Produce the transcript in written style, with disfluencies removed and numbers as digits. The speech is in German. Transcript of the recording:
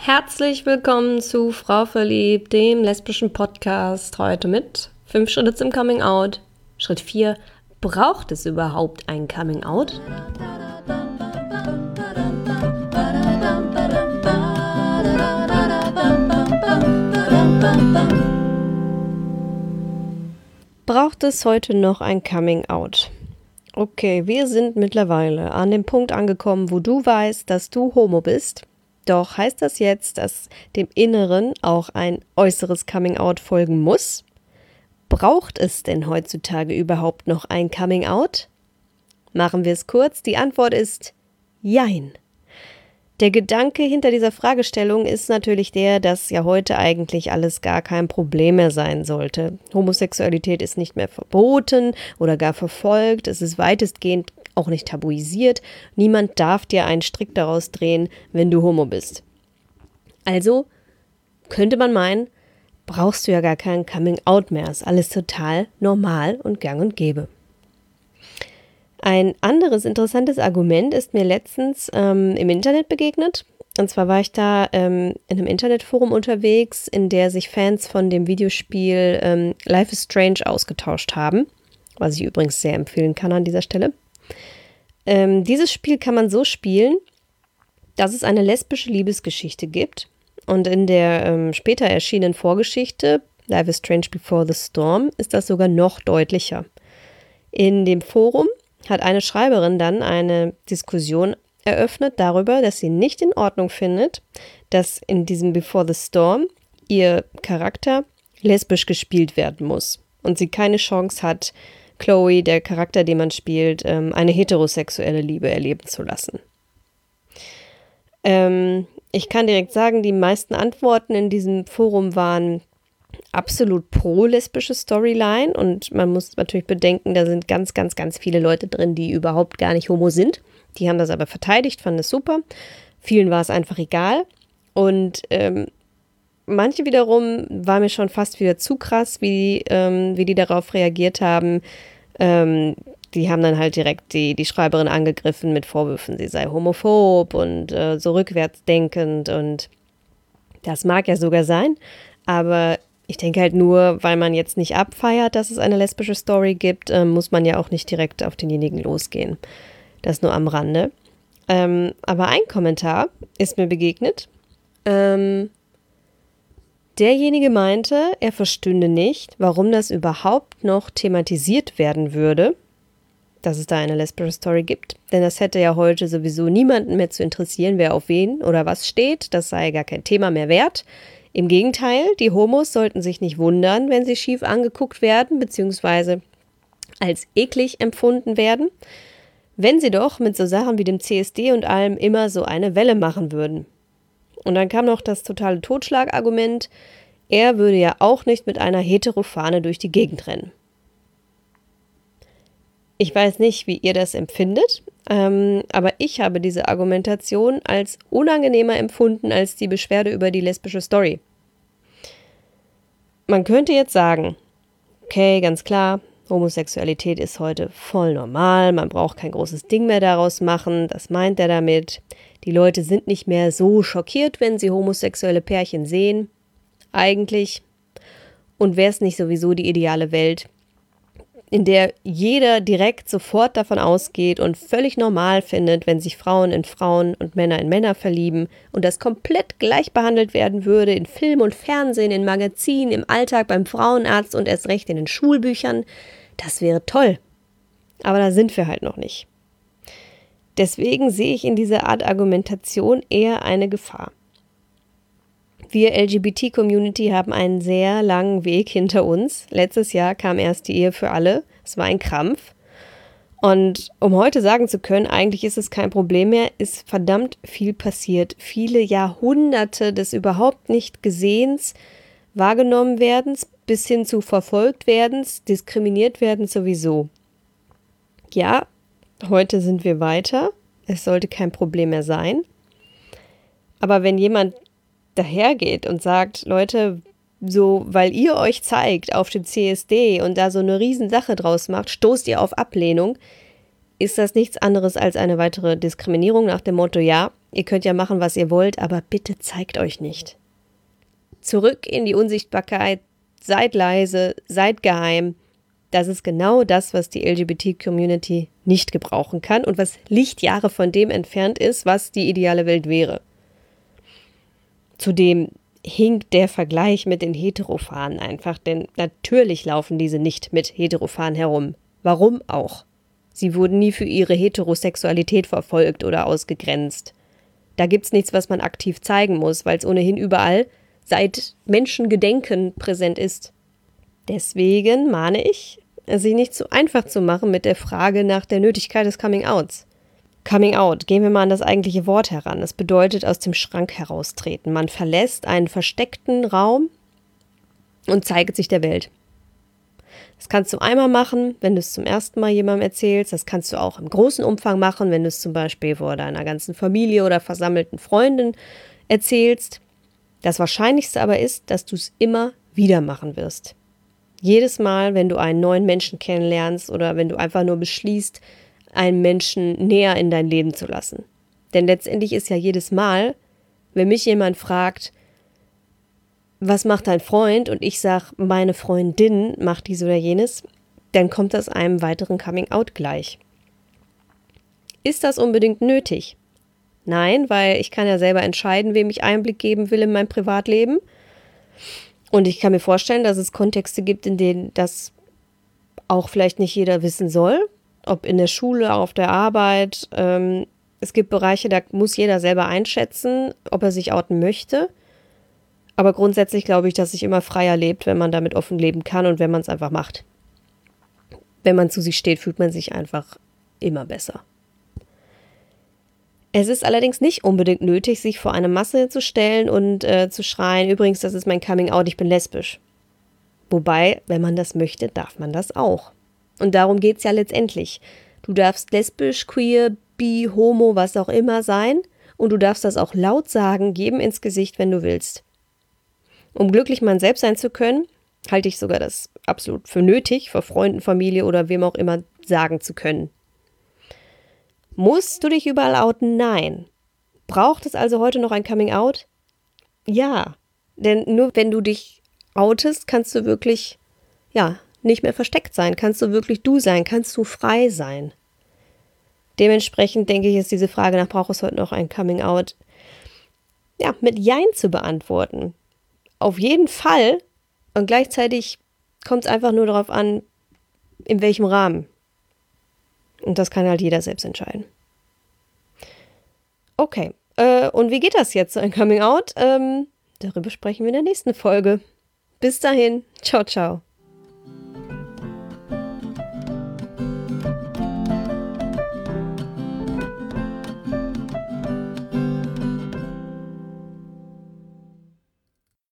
Herzlich willkommen zu Frau Verliebt, dem lesbischen Podcast. Heute mit 5 Schritte zum Coming Out. Schritt 4. Braucht es überhaupt ein Coming Out? Braucht es heute noch ein Coming Out? Okay, wir sind mittlerweile an dem Punkt angekommen, wo du weißt, dass du homo bist. Doch heißt das jetzt, dass dem Inneren auch ein äußeres Coming-out folgen muss? Braucht es denn heutzutage überhaupt noch ein Coming-out? Machen wir es kurz. Die Antwort ist Jein. Der Gedanke hinter dieser Fragestellung ist natürlich der, dass ja heute eigentlich alles gar kein Problem mehr sein sollte. Homosexualität ist nicht mehr verboten oder gar verfolgt. Es ist weitestgehend auch nicht tabuisiert. Niemand darf dir einen Strick daraus drehen, wenn du homo bist. Also könnte man meinen, brauchst du ja gar kein Coming-out mehr. Ist alles total normal und gang und gäbe. Ein anderes interessantes Argument ist mir letztens im Internet begegnet. Und zwar war ich da in einem Internetforum unterwegs, in der sich Fans von dem Videospiel Life is Strange ausgetauscht haben, was ich übrigens sehr empfehlen kann an dieser Stelle. Dieses Spiel kann man so spielen, dass es eine lesbische Liebesgeschichte gibt. Und in der später erschienenen Vorgeschichte, Life is Strange Before the Storm, ist das sogar noch deutlicher. In dem Forum hat eine Schreiberin dann eine Diskussion eröffnet darüber, dass sie nicht in Ordnung findet, dass in diesem Before the Storm ihr Charakter lesbisch gespielt werden muss und sie keine Chance hat, Chloe, der Charakter, den man spielt, eine heterosexuelle Liebe erleben zu lassen. Ich kann direkt sagen, die meisten Antworten in diesem Forum waren absolut pro lesbische Storyline und man muss natürlich bedenken, da sind ganz, ganz, ganz viele Leute drin, die überhaupt gar nicht homo sind. Die haben das aber verteidigt, fanden es super. Vielen war es einfach egal und manche wiederum war mir schon fast wieder zu krass, wie die darauf reagiert haben. Die haben dann halt direkt die Schreiberin angegriffen mit Vorwürfen, sie sei homophob und so rückwärtsdenkend und das mag ja sogar sein, aber ich denke halt nur, weil man jetzt nicht abfeiert, dass es eine lesbische Story gibt, muss man ja auch nicht direkt auf denjenigen losgehen. Das nur am Rande. Aber ein Kommentar ist mir begegnet. Derjenige meinte, er verstünde nicht, warum das überhaupt noch thematisiert werden würde, dass es da eine lesbische Story gibt. Denn das hätte ja heute sowieso niemanden mehr zu interessieren, wer auf wen oder was steht. Das sei gar kein Thema mehr wert. Im Gegenteil, die Homos sollten sich nicht wundern, wenn sie schief angeguckt werden, beziehungsweise als eklig empfunden werden, wenn sie doch mit so Sachen wie dem CSD und allem immer so eine Welle machen würden. Und dann kam noch das totale Totschlagargument, er würde ja auch nicht mit einer Heterofahne durch die Gegend rennen. Ich weiß nicht, wie ihr das empfindet, aber ich habe diese Argumentation als unangenehmer empfunden als die Beschwerde über die lesbische Story. Man könnte jetzt sagen, okay, ganz klar, Homosexualität ist heute voll normal, man braucht kein großes Ding mehr daraus machen, das meint er damit. Die Leute sind nicht mehr so schockiert, wenn sie homosexuelle Pärchen sehen, eigentlich. Und wäre es nicht sowieso die ideale Welt, in der jeder direkt sofort davon ausgeht und völlig normal findet, wenn sich Frauen in Frauen und Männer in Männer verlieben und das komplett gleich behandelt werden würde in Film und Fernsehen, in Magazinen, im Alltag, beim Frauenarzt und erst recht in den Schulbüchern. Das wäre toll. Aber da sind wir halt noch nicht. Deswegen sehe ich in dieser Art Argumentation eher eine Gefahr. Wir LGBT-Community haben einen sehr langen Weg hinter uns. Letztes Jahr kam erst die Ehe für alle. Es war ein Krampf. Und um heute sagen zu können, eigentlich ist es kein Problem mehr, ist verdammt viel passiert. Viele Jahrhunderte des überhaupt nicht Gesehens, wahrgenommen werdens, bis hin zu verfolgt werdens, diskriminiert werden sowieso. Ja, heute sind wir weiter. Es sollte kein Problem mehr sein. Aber wenn jemand dahergeht und sagt, Leute, so, weil ihr euch zeigt auf dem CSD und da so eine Riesensache draus macht, stoßt ihr auf Ablehnung, ist das nichts anderes als eine weitere Diskriminierung nach dem Motto, ja, ihr könnt ja machen, was ihr wollt, aber bitte zeigt euch nicht. Zurück in die Unsichtbarkeit, seid leise, seid geheim. Das ist genau das, was die LGBT-Community nicht gebrauchen kann und was Lichtjahre von dem entfernt ist, was die ideale Welt wäre. Zudem hinkt der Vergleich mit den Heterophanen einfach, denn natürlich laufen diese nicht mit Heterophanen herum. Warum auch? Sie wurden nie für ihre Heterosexualität verfolgt oder ausgegrenzt. Da gibt's nichts, was man aktiv zeigen muss, weil es ohnehin überall seit Menschengedenken präsent ist. Deswegen mahne ich, sich nicht zu einfach zu machen mit der Frage nach der Nötigkeit des Coming-Outs. Coming out, gehen wir mal an das eigentliche Wort heran. Das bedeutet aus dem Schrank heraustreten. Man verlässt einen versteckten Raum und zeigt sich der Welt. Das kannst du einmal machen, wenn du es zum ersten Mal jemandem erzählst. Das kannst du auch im großen Umfang machen, wenn du es zum Beispiel vor deiner ganzen Familie oder versammelten Freunden erzählst. Das Wahrscheinlichste aber ist, dass du es immer wieder machen wirst. Jedes Mal, wenn du einen neuen Menschen kennenlernst oder wenn du einfach nur beschließt, einen Menschen näher in dein Leben zu lassen. Denn letztendlich ist ja jedes Mal, wenn mich jemand fragt, was macht dein Freund? Und ich sage, meine Freundin macht dies oder jenes, dann kommt das einem weiteren Coming-out gleich. Ist das unbedingt nötig? Nein, weil ich kann ja selber entscheiden, wem ich Einblick geben will in mein Privatleben. Und ich kann mir vorstellen, dass es Kontexte gibt, in denen das auch vielleicht nicht jeder wissen soll. Ob in der Schule, auf der Arbeit. Es gibt Bereiche, da muss jeder selber einschätzen, ob er sich outen möchte. Aber grundsätzlich glaube ich, dass sich immer freier lebt, wenn man damit offen leben kann und wenn man es einfach macht. Wenn man zu sich steht, fühlt man sich einfach immer besser. Es ist allerdings nicht unbedingt nötig, sich vor eine Masse zu stellen und zu schreien, übrigens, das ist mein Coming-out, ich bin lesbisch. Wobei, wenn man das möchte, darf man das auch. Und darum geht es ja letztendlich. Du darfst lesbisch, queer, bi, homo, was auch immer sein und du darfst das auch laut sagen, jedem ins Gesicht, wenn du willst. Um glücklich man selbst sein zu können, halte ich sogar das absolut für nötig, vor Freunden, Familie oder wem auch immer sagen zu können. Musst du dich überall outen? Nein. Braucht es also heute noch ein Coming-out? Ja, denn nur wenn du dich outest, kannst du wirklich, nicht mehr versteckt sein, kannst du wirklich du sein, kannst du frei sein. Dementsprechend denke ich, ist diese Frage nach, braucht es heute noch ein Coming-out, mit Jein zu beantworten. Auf jeden Fall und gleichzeitig kommt es einfach nur darauf an, in welchem Rahmen. Und das kann halt jeder selbst entscheiden. Okay, und wie geht das jetzt, so ein Coming-out? Darüber sprechen wir in der nächsten Folge. Bis dahin, ciao, ciao.